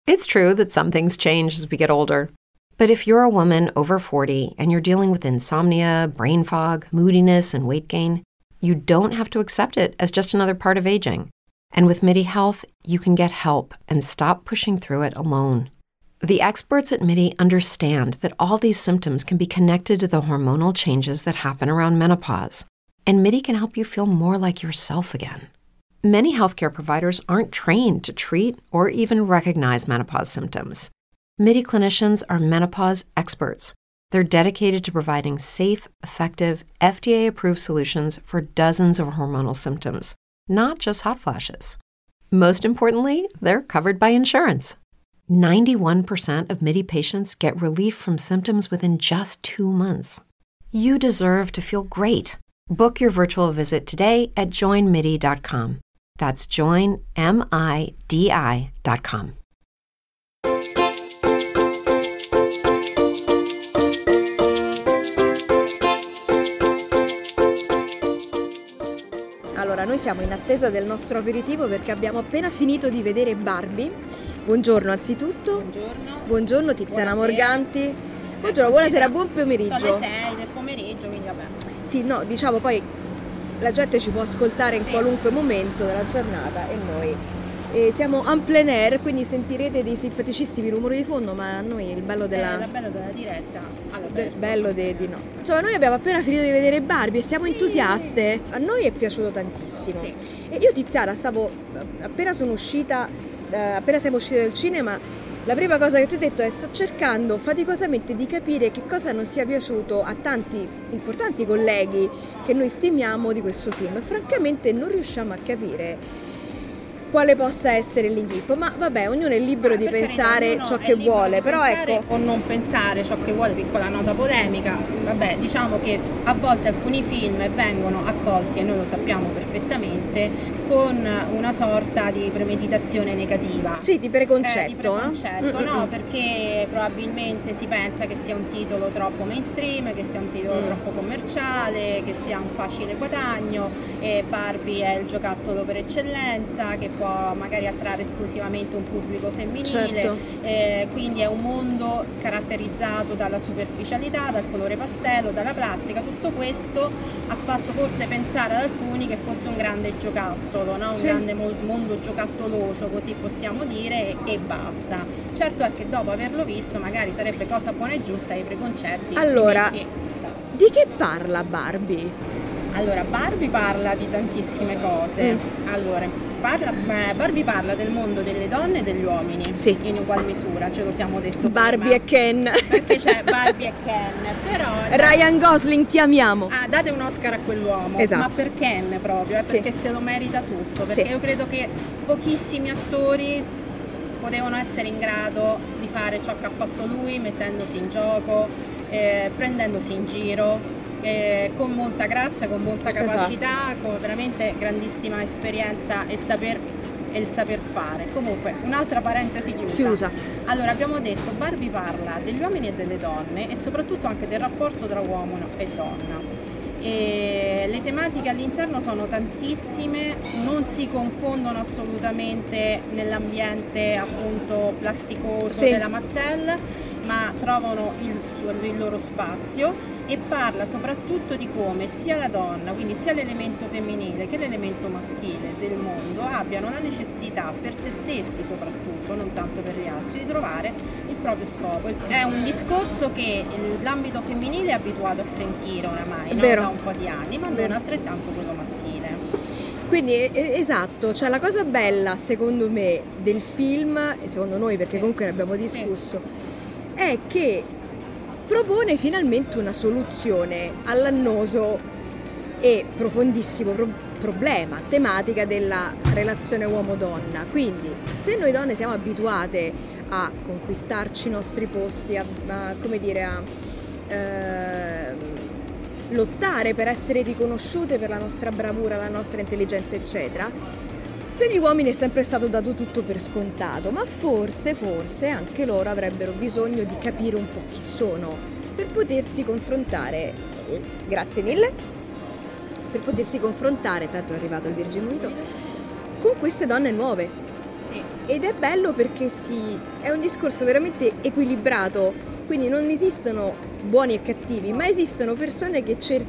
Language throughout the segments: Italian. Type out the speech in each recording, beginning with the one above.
It's true that some things change as we get older. But if you're a woman over 40 and you're dealing with insomnia, brain fog, moodiness, and weight gain, you don't have to accept it as just another part of aging. And with MIDI Health, you can get help and stop pushing through it alone. The experts at MIDI understand that all these symptoms can be connected to the hormonal changes that happen around menopause, and MIDI can help you feel more like yourself again. Many healthcare providers aren't trained to treat or even recognize menopause symptoms. MIDI clinicians are menopause experts. They're dedicated to providing safe, effective, FDA-approved solutions for dozens of hormonal symptoms, not just hot flashes. Most importantly, they're covered by insurance. 91% of MIDI patients get relief from symptoms within just 2 months. You deserve to feel great. Book your virtual visit today at joinmidi.com. That's joinmidi.com. Allora, noi siamo in attesa del nostro aperitivo perché abbiamo appena finito di vedere Barbie. Buongiorno anzitutto. Buongiorno. Buongiorno Tiziana Buonasera. Morganti. Buongiorno, buonasera, buon pomeriggio. Sono le 6 del pomeriggio, quindi vabbè. Sì, no, diciamo poi la gente ci può ascoltare in qualunque momento della giornata e noi siamo en plein air, quindi sentirete dei simpaticissimi rumori di fondo, ma a noi il bello della diretta bello di no. Insomma, noi abbiamo appena finito di vedere Barbie e siamo entusiaste. A noi è piaciuto tantissimo. Sì. E io Tiziana appena siamo uscite dal cinema, la prima cosa che ti ho detto è: sto cercando faticosamente di capire che cosa non sia piaciuto a tanti importanti colleghi che noi stimiamo di questo film. E francamente non riusciamo a capire quale possa essere l'inghippo, ma vabbè, ognuno è libero di pensare ciò che vuole, però ecco. O non pensare ciò che vuole, piccola nota polemica, vabbè, diciamo che a volte alcuni film vengono accolti, e noi lo sappiamo perfettamente, con una sorta di premeditazione negativa. Sì, di preconcetto. No? Perché probabilmente si pensa che sia un titolo troppo mainstream, che sia un titolo troppo commerciale, che sia un facile guadagno, e Barbie è il giocattolo per eccellenza, che può magari attrarre esclusivamente un pubblico femminile, certo. Quindi è un mondo caratterizzato dalla superficialità, dal colore pastello, dalla plastica. Tutto questo ha fatto forse pensare ad alcuni che fosse un grande giocattolo, no? Un sì. grande mondo giocattoloso, così possiamo dire, e basta. Certo è che dopo averlo visto magari sarebbe cosa buona e giusta i preconcetti. Allora, di che parla Barbie? Allora, Barbie parla di tantissime cose. Allora, Barbie parla del mondo delle donne e degli uomini, sì, in ugual misura, ce lo siamo detto Barbie prima. e Ken. Perché c'è Barbie e Ken, però Ryan Gosling, ti amiamo. date un Oscar a quell'uomo, esatto. Ma per Ken proprio, perché se lo merita tutto, perché io credo che pochissimi attori potevano essere in grado di fare ciò che ha fatto lui, mettendosi in gioco, prendendosi in giro, con molta grazia, con molta capacità, con veramente grandissima esperienza e il saper fare. Comunque, un'altra parentesi chiusa. Allora, abbiamo detto, Barbie parla degli uomini e delle donne e soprattutto anche del rapporto tra uomo e donna. E le tematiche all'interno sono tantissime, non si confondono assolutamente nell'ambiente appunto plasticoso della Mattel, ma trovano il loro spazio, e parla soprattutto di come sia la donna, quindi sia l'elemento femminile che l'elemento maschile del mondo, abbiano la necessità per se stessi soprattutto, non tanto per gli altri, di trovare il proprio scopo. È un discorso che l'ambito femminile è abituato a sentire oramai, no? Da un po' di anni, ma non altrettanto quello maschile. Quindi esatto, cioè la cosa bella secondo me del film, e secondo noi perché comunque ne abbiamo discusso, è che propone finalmente una soluzione all'annoso e profondissimo problema, tematica della relazione uomo-donna. Quindi se noi donne siamo abituate a conquistarci i nostri posti, a lottare per essere riconosciute per la nostra bravura, la nostra intelligenza eccetera, per gli uomini è sempre stato dato tutto per scontato, ma forse anche loro avrebbero bisogno di capire un po' chi sono per potersi confrontare. Grazie mille. Per potersi confrontare, tanto è arrivato il Virgin Unito, con queste donne nuove. Sì. ed è bello perché è un discorso veramente equilibrato, quindi non esistono buoni e cattivi, ma esistono persone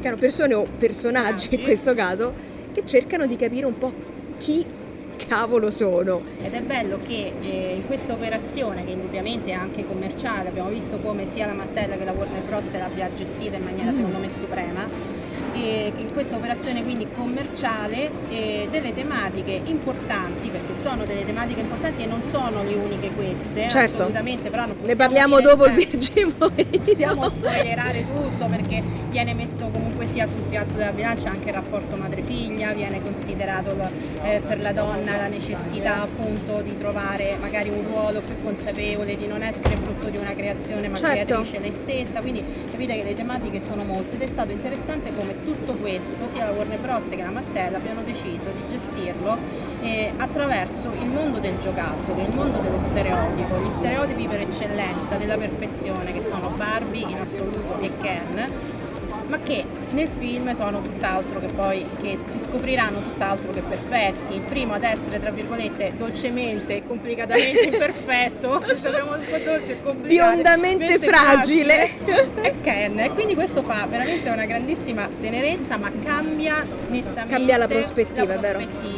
o personaggi in questo caso, che cercano di capire un po' chi cavolo sono. Ed è bello che in questa operazione, che indubbiamente è anche commerciale, abbiamo visto come sia la Mattel che la Warner Bros. L'abbia gestita in maniera secondo me suprema, e che in questa operazione quindi commerciale delle tematiche importanti, perché sono delle tematiche importanti e non sono le uniche queste, certo, assolutamente, però non ne parliamo dopo il Virgin Mojito. Possiamo spoilerare tutto, perché viene messo comunque sia sul piatto della bilancia anche il rapporto madre-figlia, viene considerato per la donna la necessità appunto di trovare magari un ruolo più consapevole, di non essere frutto di una creazione ma creatrice lei stessa, quindi capite che le tematiche sono molte, ed è stato interessante come tutto questo, sia la Warner Bros. Che la Mattel, abbiano deciso di gestirlo attraverso il mondo del giocattolo, il mondo dello stereotipo, gli stereotipi per eccellenza, della perfezione, che sono Barbie in assoluto e Ken, ma che nel film sono tutt'altro che si scopriranno tutt'altro che perfetti. Il primo ad essere, tra virgolette, dolcemente e complicatamente imperfetto, siamo un po' dolce e complicato, biondamente fragile, è Ken, e quindi questo fa veramente una grandissima tenerezza, ma cambia nettamente la prospettiva, ed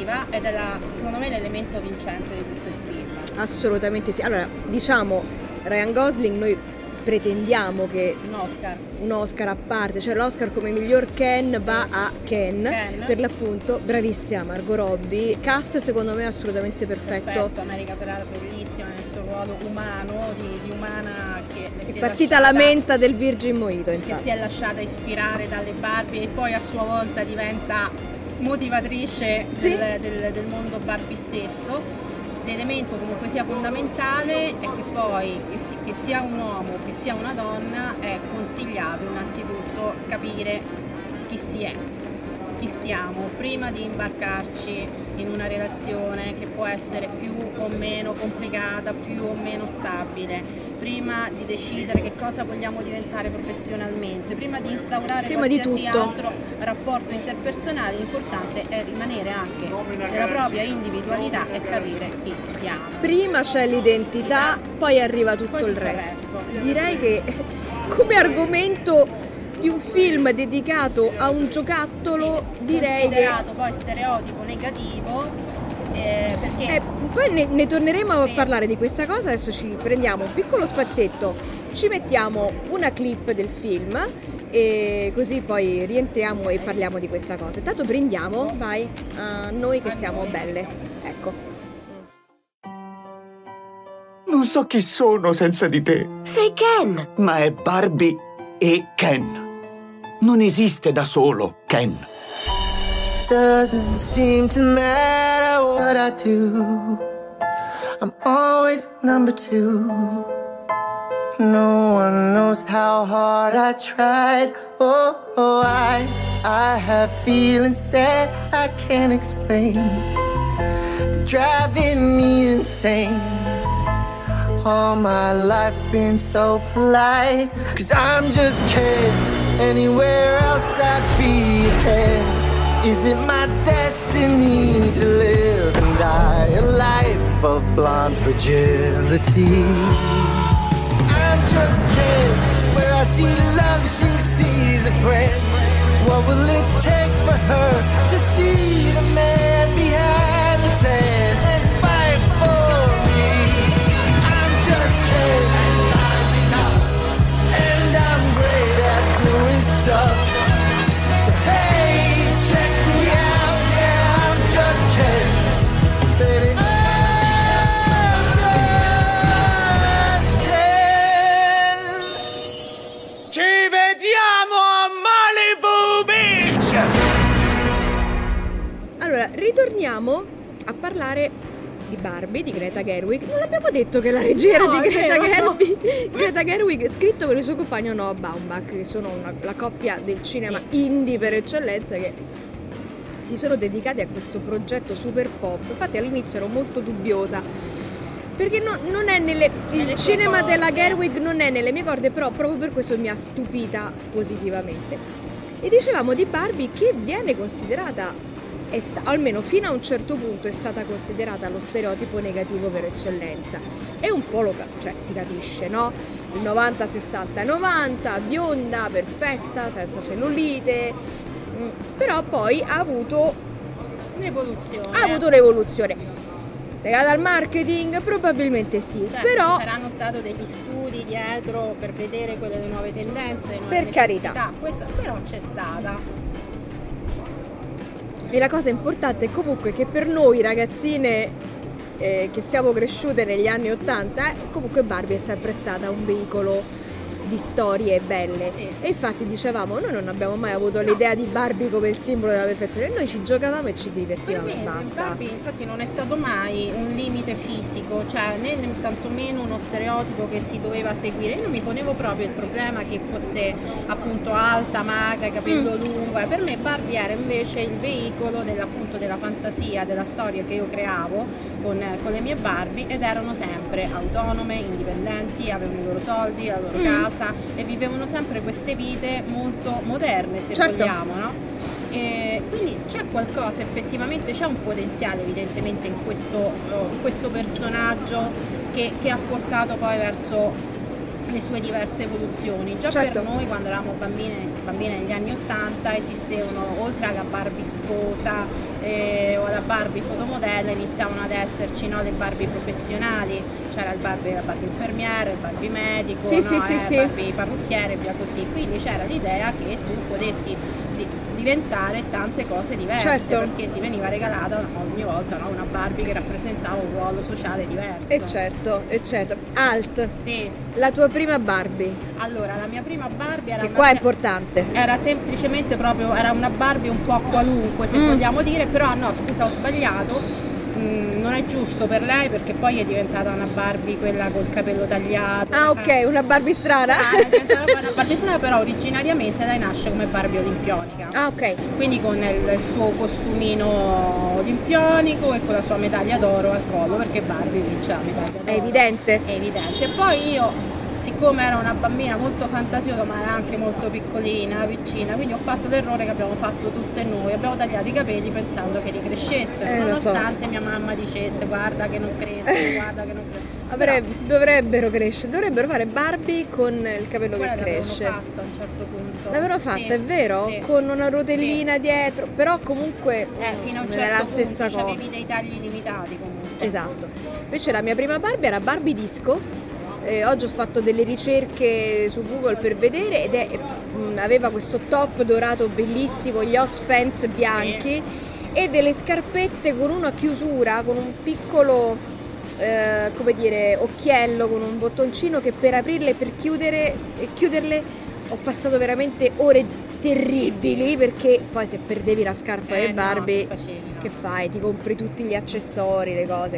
è secondo me l'elemento vincente di tutto il film. Assolutamente sì. Allora, diciamo, Ryan Gosling, noi pretendiamo che un Oscar a parte, cioè l'Oscar come miglior Ken va a Ken, per l'appunto. Bravissima Margot Robbie, cast secondo me assolutamente perfetto. America Ferrara bellissima nel suo ruolo umano, di umana che è partita la menta del Virgin Mojito, che si è lasciata ispirare dalle Barbie e poi a sua volta diventa motivatrice del mondo Barbie stesso. L'elemento comunque sia fondamentale è che poi che sia un uomo che sia una donna è consigliato innanzitutto capire chi si è, chi siamo, prima di imbarcarci in una relazione che può essere più o meno complicata, più o meno stabile, prima di decidere che cosa vogliamo diventare professionalmente, prima di instaurare qualsiasi altro rapporto interpersonale. L'importante è rimanere anche nella propria individualità e capire chi siamo. Prima c'è l'identità, poi arriva tutto il resto. Direi che come argomento di un film dedicato a un giocattolo, direi considerato poi stereotipo negativo, perché poi ne torneremo a parlare di questa cosa. Adesso ci prendiamo un piccolo spazietto, ci mettiamo una clip del film e così poi rientriamo e parliamo di questa cosa. Intanto brindiamo, vai, a noi che siamo belle, ecco. Non so chi sono senza di te. Sei Ken! Ma è Barbie e Ken. Non esiste da solo, Ken. Doesn't seem to matter what I do, I'm always number two. No one knows how hard I tried. Oh, I have feelings that I can't explain. They're driving me insane. All my life been so polite, 'cause I'm just kidding. Anywhere else I'd be a 10. Is it my destiny to live and die a life of blonde fragility? I'm just kidding. Where I see love, she sees a friend. What will it take for her to see the man behind the tent and fight for me? I'm just kidding. And I'm great at doing stuff. So hey, check me out. Yeah, I'm just kidding, baby. I'm just kidding. Ci vediamo a Malibu Beach! Allora, ritorniamo a parlare di Barbie, di Greta Gerwig. Non abbiamo detto che la regia era di Greta Gerwig, scritto con il suo compagno Noah Baumbach, che sono la coppia del cinema indie per eccellenza, che si sono dedicati a questo progetto super pop. Infatti all'inizio ero molto dubbiosa, perché non è il cinema della Gerwig non è nelle mie corde, però proprio per questo mi ha stupita positivamente. E dicevamo di Barbie, che viene considerata almeno fino a un certo punto è stata considerata lo stereotipo negativo per eccellenza, e un po' si capisce, no? Il 90-60-90, bionda, perfetta, senza cellulite, però poi ha avuto un'evoluzione. Legata al marketing? Probabilmente sì, certo, però ci saranno stati degli studi dietro per vedere quelle nuove tendenze, le nuove per necessità. carità. Questo però c'è stata. E la cosa importante è comunque che per noi ragazzine che siamo cresciute negli anni 80, comunque Barbie è sempre stata un veicolo di storie belle. Sì. E infatti dicevamo, noi non abbiamo mai avuto l'idea di Barbie come il simbolo della perfezione, noi ci giocavamo e ci divertivamo Per e me basta. Barbie infatti non è stato mai un limite fisico, cioè né tantomeno uno stereotipo che si doveva seguire. Io non mi ponevo proprio il problema che fosse appunto alta, magra, capello lungo. Per me Barbie era invece il veicolo della fantasia, della storia che io creavo con le mie Barbie, ed erano sempre autonome, indipendenti, avevano i loro soldi, la loro casa, e vivevano sempre queste vite molto moderne, se vogliamo, no? E quindi c'è qualcosa, effettivamente c'è un potenziale evidentemente in questo personaggio che ha portato poi verso le sue diverse evoluzioni. Già per noi quando eravamo bambine negli anni 80 esistevano, oltre alla Barbie sposa o alla Barbie fotomodella, iniziavano ad esserci, no, le Barbie professionali, c'era la Barbie infermiera, il Barbie medico, Barbie parrucchiere e via così. Quindi c'era l'idea che tu potessi diventare tante cose diverse, perché ti veniva regalata ogni volta, no, una Barbie che rappresentava un ruolo sociale diverso. E certo. Alt. Sì. La tua prima Barbie? Allora, la mia prima Barbie era qua è importante. Era semplicemente proprio, era una Barbie un po' qualunque, se vogliamo dire, però no, scusa, ho sbagliato. Non è giusto per lei, perché poi è diventata una Barbie quella col capello tagliato. Ah, ok, una Barbie strana. È diventata una Barbie strana, però originariamente lei nasce come Barbie olimpionica. Ah, ok. Quindi con il suo costumino olimpionico e con la sua medaglia d'oro al collo, perché Barbie vince la medaglia d'oro. È evidente. È evidente. E poi io, siccome era una bambina molto fantasiosa, ma era anche molto piccolina, piccina, quindi ho fatto l'errore che abbiamo fatto tutte noi, abbiamo tagliato i capelli pensando che ricrescessero, nonostante mia mamma dicesse guarda che non cresce, guarda che non cresce. Dovrebbero crescere, dovrebbero fare Barbie con il capello che cresce. L'avevano fatto a un certo punto. L'avevano fatta, è vero? Sì. Con una rotellina dietro, però comunque fino a un è certo la stessa punto, cosa. avevi dei tagli limitati comunque. Esatto. Invece la mia prima Barbie era Barbie disco. Oggi ho fatto delle ricerche su Google per vedere ed aveva questo top dorato bellissimo, gli hot pants bianchi e delle scarpette con una chiusura, con un piccolo occhiello, con un bottoncino che per aprirle e per chiuderle ho passato veramente ore terribili, perché poi se perdevi la scarpa del Barbie che fai? Ti compri tutti gli accessori, le cose,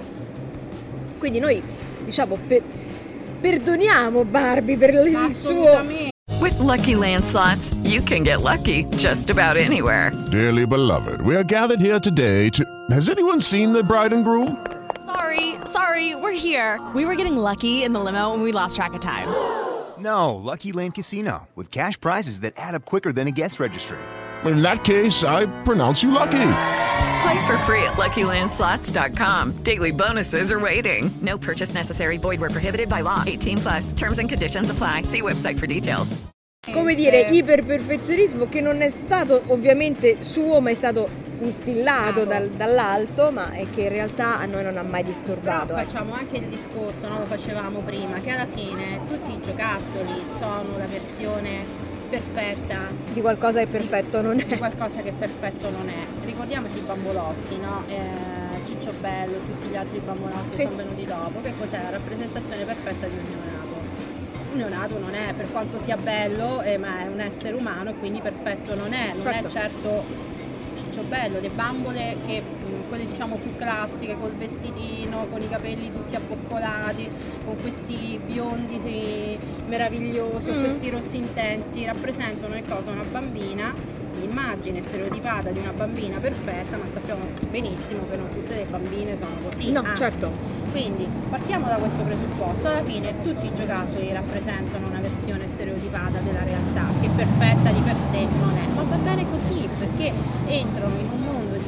quindi noi diciamo perdoniamo Barbie per il suo. With Lucky Land Slots, you can get lucky just about anywhere. Dearly beloved, we are gathered here today to... Has anyone seen the bride and groom? Sorry, we're here. We were getting lucky in the limo and we lost track of time. No, Lucky Land Casino, with cash prizes that add up quicker than a guest registry. In that case, I pronounce you lucky. Play for free at LuckyLandSlots.com. Daily bonuses are waiting. No purchase necessary. Void where prohibited by law. 18+. Terms and conditions apply. See website for details. Come dire, iperperfezionismo che non è stato ovviamente suo, ma è stato instillato dall'alto, ma è che in realtà a noi non ha mai disturbato. Però facciamo anche il discorso, no? Lo facevamo prima, che alla fine tutti i giocattoli sono la versione perfetta di qualcosa che perfetto non è. Di qualcosa che perfetto non è. Ricordiamoci i bambolotti, no? Ciccio Bello, tutti gli altri bambolotti sono venuti dopo. Che cos'è? La rappresentazione perfetta di un neonato. Un neonato non è, per quanto sia bello, ma è un essere umano e quindi perfetto non è. Non è certo Ciccio Bello. Le bambole quelle diciamo più classiche, col vestitino, con i capelli tutti abboccolati, con questi biondi meravigliosi, questi rossi intensi, rappresentano una bambina, l'immagine stereotipata di una bambina perfetta, ma sappiamo benissimo che non tutte le bambine sono così. No, anzi. certo. Quindi partiamo da questo presupposto, alla fine tutti i giocattoli rappresentano una versione stereotipata della realtà, che perfetta di per sé non è, ma va bene così, perché entrano in un mondo di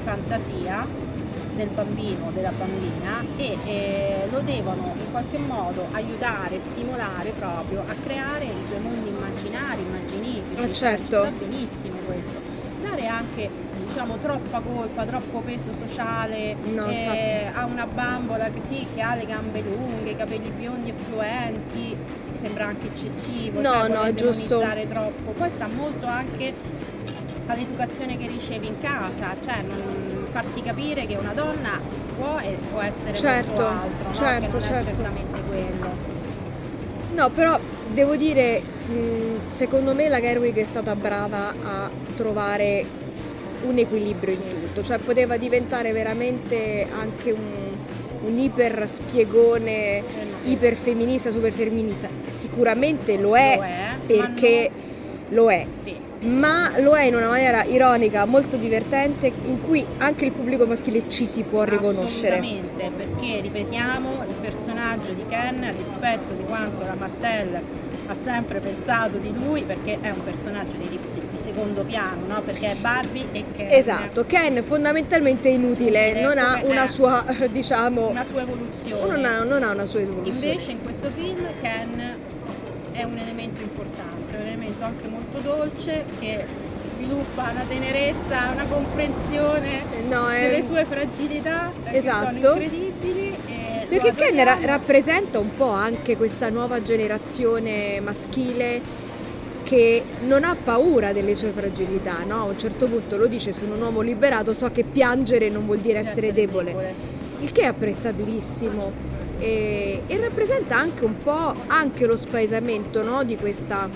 fantasia del bambino o della bambina e lo devono in qualche modo aiutare, stimolare proprio a creare i suoi mondi immaginari, immaginiferi. Certo. Sta benissimo questo. Dare anche, diciamo, troppa colpa, troppo peso sociale a una bambola che ha le gambe lunghe, i capelli biondi e fluenti, mi sembra anche eccessivo. È giusto. Troppo. Poi sta molto anche all'educazione che ricevi in casa, cioè non farti capire che una donna può e può essere molto altro, che non è certamente quello. No, però devo dire, secondo me la Gerwig è stata brava a trovare un equilibrio in tutto, cioè poteva diventare veramente anche un iper spiegone, iper femminista, super femminista. Sicuramente lo è perché lo è. Sì. Ma lo è in una maniera ironica, molto divertente, in cui anche il pubblico maschile ci si può riconoscere. Assolutamente, perché ripetiamo, il personaggio di Ken, a dispetto di quanto la Mattel ha sempre pensato di lui, perché è un personaggio di secondo piano, no? Perché è Barbie e Ken. Esatto, Ken fondamentalmente è inutile, non ha una sua, diciamo, una sua evoluzione. Non ha una sua evoluzione. Invece in questo film Ken è un elemento importante, un elemento anche molto dolce che sviluppa una tenerezza, una comprensione delle sue fragilità che sono incredibili. Perché Ken rappresenta un po' anche questa nuova generazione maschile che non ha paura delle sue fragilità, no? A un certo punto lo dice: sono un uomo liberato, so che piangere non vuol dire essere debole. Il che è apprezzabilissimo. E rappresenta anche un po' anche lo spaesamento, no, di questa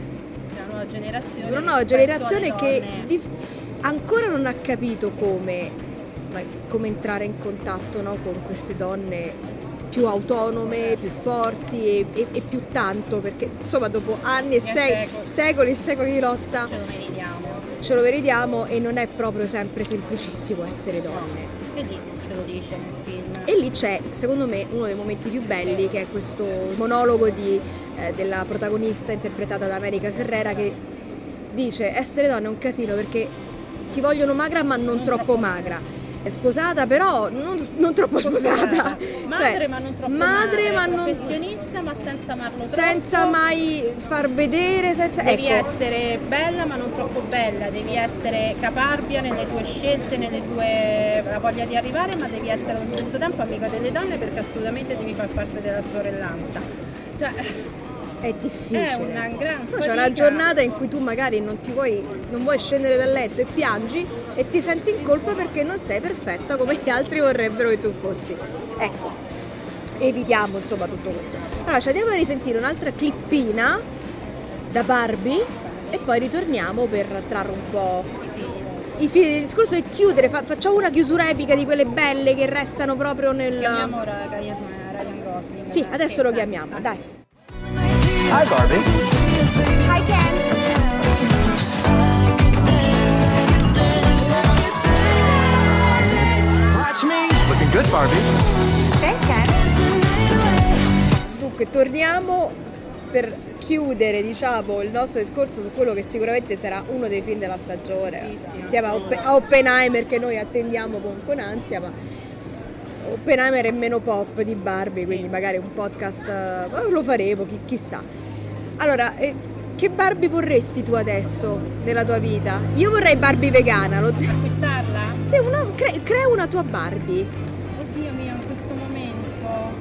una nuova generazione che ancora non ha capito come entrare in contatto, no, con queste donne più autonome, più forti e più tanto, perché insomma dopo anni e secoli e secoli di lotta ce lo meritiamo e non è proprio sempre semplicissimo essere donne. E lì ce lo dice nel film. E lì c'è, secondo me, uno dei momenti più belli, che è questo monologo della protagonista interpretata da America Ferrera, che dice: essere donna è un casino perché ti vogliono magra ma non troppo magra. È sposata però non troppo sposata. Madre ma non troppo madre, professionista ma senza amarlo troppo. Senza mai far vedere, devi essere bella ma non troppo bella, devi essere caparbia nelle tue scelte, nelle tue la voglia di arrivare, ma devi essere allo stesso tempo amica delle donne, perché assolutamente devi far parte della sorellanza. Cioè, è difficile. È una gran fatica. C'è una giornata in cui tu magari non vuoi scendere dal letto e piangi e ti senti in colpa perché non sei perfetta come gli altri vorrebbero che tu fossi. Ecco, evitiamo insomma tutto questo. Allora ci andiamo a risentire un'altra clippina da Barbie e poi ritorniamo per trarre un po' i fili del discorso e chiudere. Facciamo una chiusura epica di quelle belle che restano proprio nel... Chiamiamo Ryan Gosling. Sì, adesso lo chiamiamo, dai. Hi, Barbie. Hi, Ken. Watch me. Looking good, Barbie. Thanks, Ken. Dunque, torniamo per chiudere, diciamo, il nostro discorso su quello che sicuramente sarà uno dei film della stagione, insieme a Oppenheimer, che noi attendiamo con ansia, ma Oppenheimer è meno pop di Barbie, quindi magari un podcast lo faremo, chissà. Allora, che Barbie vorresti tu adesso nella tua vita? Io vorrei Barbie vegana. Acquistarla? Sì, crea una tua Barbie. Oddio mio, in questo momento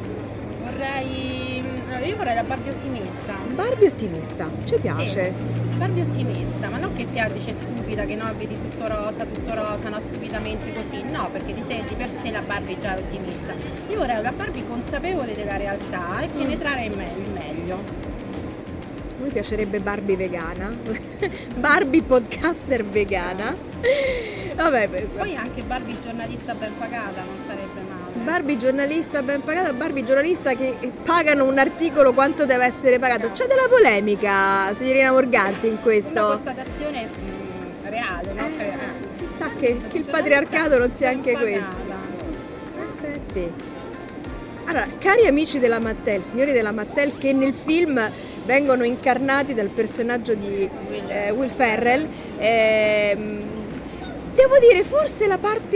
io vorrei la Barbie ottimista. Barbie ottimista, ci piace? Sì. Barbie ottimista, ma non che sia, dice, stupida, che no, vedi tutto rosa, no, stupidamente così, no, perché di per sé la Barbie già è ottimista. Io vorrei una Barbie consapevole della realtà e che ne trae il meglio. A me piacerebbe Barbie vegana, Barbie podcaster vegana. Vabbè, poi anche Barbie giornalista ben pagata non sarebbe male. Barbie giornalista ben pagata, Barbie giornalista che pagano un articolo quanto deve essere pagato. C'è della polemica, signorina Morganti, in questo. Una constatazione reale, no? Chissà che il patriarcato non sia anche questo. Perfetti. Allora, cari amici della Mattel, signori della Mattel, che nel film vengono incarnati dal personaggio di Will Ferrell, devo dire forse la parte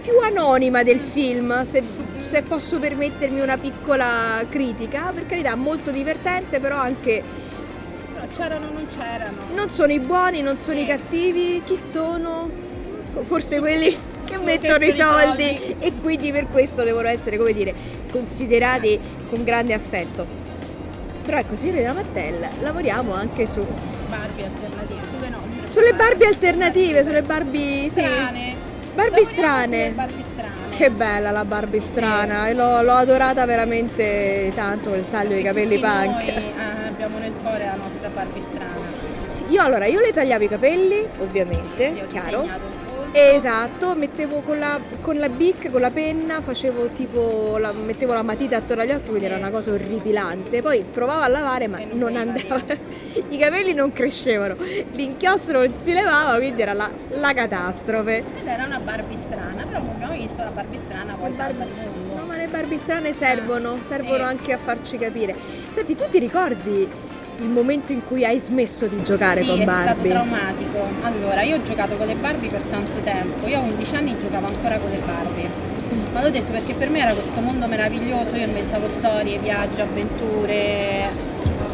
più anonima del film, se posso permettermi una piccola critica, per carità molto divertente, però anche c'erano o non c'erano. Non sono i buoni, non sono i cattivi, chi sono? Forse quelli che mettono i soldi e quindi per questo devono essere, come dire, considerati con grande affetto. Però ecco, signori della Mattel, lavoriamo anche su Barbie alternative, sulle nostre. Sulle Barbie alternative, sulle Barbie strane. Barbie strane. Barbie strane. Che bella la Barbie strana, e l'ho adorata veramente tanto con il taglio dei capelli punk. Noi abbiamo nel cuore la nostra Barbie strana. Sì, io le tagliavo i capelli, ovviamente, chiaro. Esatto, mettevo con la Bic, con la penna, facevo tipo mettevo la matita attorno agli occhi, quindi era una cosa orripilante. Poi provavo a lavare, ma non andava. I capelli non crescevano, l'inchiostro non si levava, quindi era la catastrofe. Ed era una Barbie strana, però abbiamo visto la Barbie strana poi salva il mondo. No, ma le Barbie strane servono anche a farci capire. Senti, tu ti ricordi il momento in cui hai smesso di giocare con Barbie? Sì, è stato traumatico. Allora, io ho giocato con le Barbie per tanto tempo. Io a 11 anni giocavo ancora con le Barbie. Ma l'ho detto perché per me era questo mondo meraviglioso, io inventavo storie, viaggi, avventure.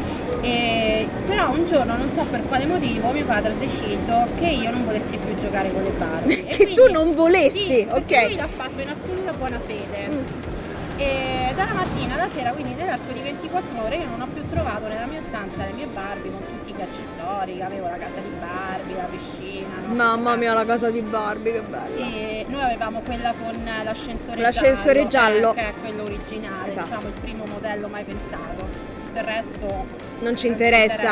Però un giorno, non so per quale motivo, mio padre ha deciso che io non volessi più giocare con le Barbie. Che quindi, tu non volessi? Sì, ok. Lui l'ha fatto in assoluta buona fede. E dalla mattina alla sera, quindi nell'arco di 24 ore, io non ho più trovato nella mia stanza le mie Barbie con tutti gli accessori, che avevo la casa di Barbie, la piscina. No? Mamma mia, la casa di Barbie, che bella. E noi avevamo quella con l'ascensore giallo, che è quello originale, esatto. Diciamo il primo modello mai pensato. Tutto il resto non ci interessa.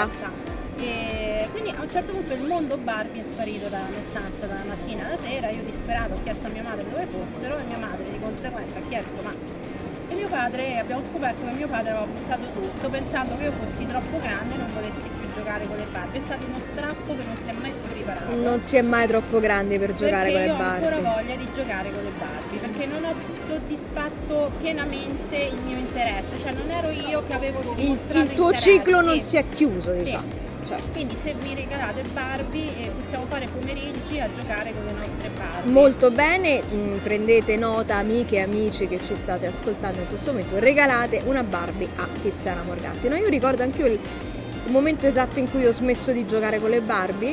E quindi a un certo punto il mondo Barbie è sparito dalla mia stanza dalla mattina alla sera. Io disperata ho chiesto a mia madre dove fossero e mia madre di conseguenza ha chiesto e mio padre, abbiamo scoperto che mio padre aveva buttato tutto pensando che io fossi troppo grande e non volessi più giocare con le Barbie. È stato uno strappo che non si è mai più riparato. Non si è mai troppo grandi per giocare con le Barbie. Perché io ho ancora voglia di giocare con le Barbie, perché non ho soddisfatto pienamente il mio interesse, cioè non ero io che avevo dimostrato il tuo interesse. ciclo non si è chiuso, diciamo. Sì. Certo. Quindi se mi regalate Barbie possiamo fare pomeriggi a giocare con le nostre Barbie. Molto bene, prendete nota amiche e amici che ci state ascoltando in questo momento, regalate una Barbie a Tiziana Morgatti. No, io ricordo anche io il momento esatto in cui ho smesso di giocare con le Barbie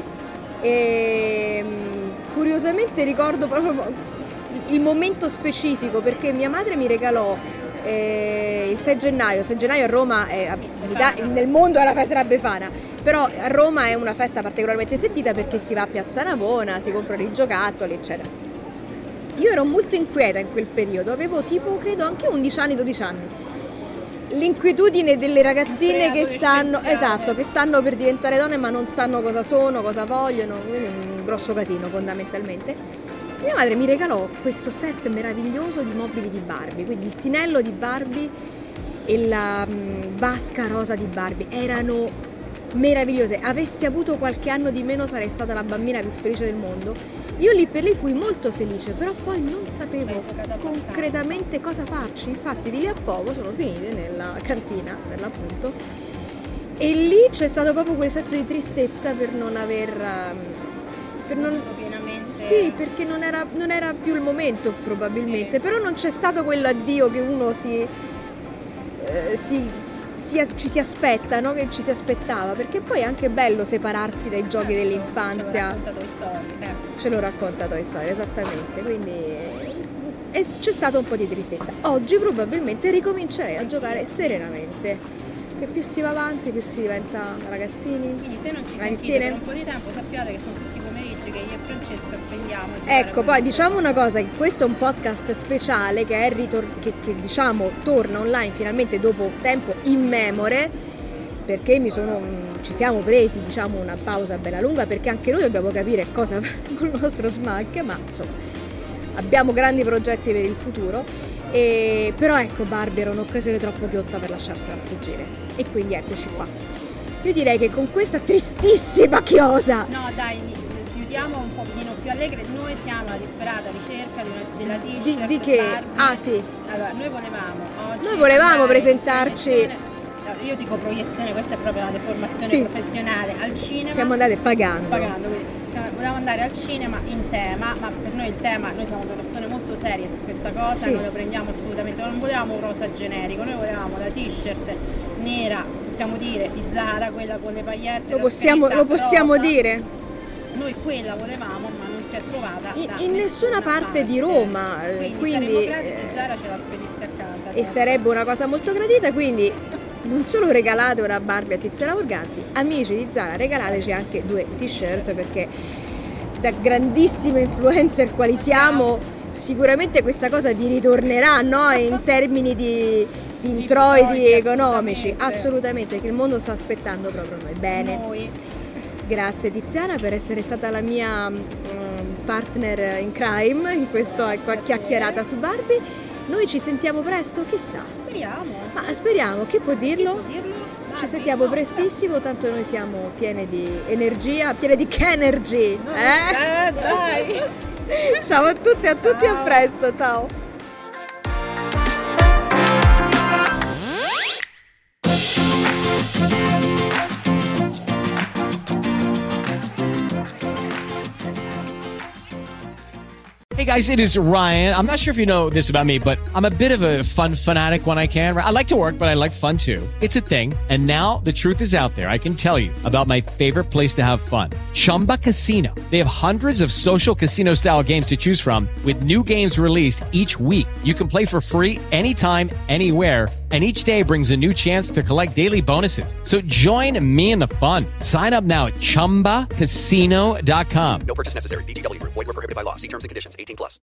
e curiosamente ricordo proprio il momento specifico, perché mia madre mi regalò il 6 gennaio a Roma nel mondo è la festa della Befana, però a Roma è una festa particolarmente sentita perché si va a Piazza Navona, si comprano i giocattoli eccetera. Io ero molto inquieta in quel periodo, avevo tipo credo anche 11 anni, 12 anni, l'inquietudine delle ragazzine che stanno per diventare donne ma non sanno cosa sono, cosa vogliono, quindi un grosso casino fondamentalmente. Mia madre mi regalò questo set meraviglioso di mobili di Barbie, quindi il tinello di Barbie e la vasca rosa di Barbie, erano meravigliose. Avessi avuto qualche anno di meno sarei stata la bambina più felice del mondo. Io lì per lì fui molto felice, però poi non sapevo concretamente cosa farci, infatti di lì a poco sono finite nella cantina per l'appunto e lì c'è stato proprio quel senso di tristezza per non aver pienamente. Sì, perché non era più il momento probabilmente, sì. Però non c'è stato quell'addio che uno ci si aspetta, no? Che ci si aspettava, perché poi è anche bello separarsi dai giochi dell'infanzia. Ce lo racconta Toy Story, esattamente, quindi c'è stato un po' di tristezza. Oggi probabilmente ricomincerei a giocare serenamente. Che più si va avanti, più si diventa ragazzini. Quindi se non ci sentite per un po' di tempo, sappiate che sono tutti i pomeriggi che io e Francesca spendiamo. Ecco, poi diciamo una cosa, che questo è un podcast speciale che è che diciamo torna online finalmente dopo tempo immemore, perché ci siamo presi diciamo una pausa bella lunga, perché anche noi dobbiamo capire cosa fa con il nostro SMAC, ma insomma abbiamo grandi progetti per il futuro. Però ecco, Barbie era un'occasione troppo ghiotta per lasciarsela sfuggire e quindi eccoci qua. Io direi che con questa tristissima chiosa chiudiamo un pochino più allegre. Noi siamo alla disperata ricerca della t-shirt di che? Barbie. Ah sì, allora noi volevamo presentarci. Io dico proiezione, questa è proprio una deformazione professionale al cinema. Siamo andate pagando, quindi volevamo andare al cinema in tema, ma per noi il tema, noi siamo due persone molto serie su questa cosa, non lo prendiamo assolutamente, non volevamo un rosa generico, noi volevamo la t-shirt nera, possiamo dire di Zara, quella con le paillette, lo possiamo rosa. Dire. Noi quella volevamo, ma non si è trovata in nessuna parte di Roma, quindi saremmo grati se Zara ce la spedisse a casa. E sarebbe una cosa molto gradita, quindi non solo regalate una Barbie a Tiziana Morganti, amici di Zara, regalateci anche 2 t-shirt, perché da grandissime influencer quali siamo, sicuramente questa cosa vi ritornerà, no? In termini di introiti economici, assolutamente, che il mondo sta aspettando proprio noi. Bene. Grazie Tiziana per essere stata la mia partner in crime in questa chiacchierata su Barbie. Noi ci sentiamo presto, chissà. Speriamo, chi può dirlo? Ci sentiamo prestissimo, tanto noi siamo piene di energia, piene di Kenergy. Dai! Ciao a tutti e a tutti, a presto, ciao! Hey guys, it is Ryan. I'm not sure if you know this about me, but I'm a bit of a fun fanatic when I can. I like to work, but I like fun too. It's a thing. And now the truth is out there. I can tell you about my favorite place to have fun. Chumba Casino. They have hundreds of social casino style games to choose from with new games released each week. You can play for free anytime, anywhere. And each day brings a new chance to collect daily bonuses. So join me in the fun. Sign up now at ChumbaCasino.com. No purchase necessary. VGW Group. Void where prohibited by law. See terms and conditions. 18+.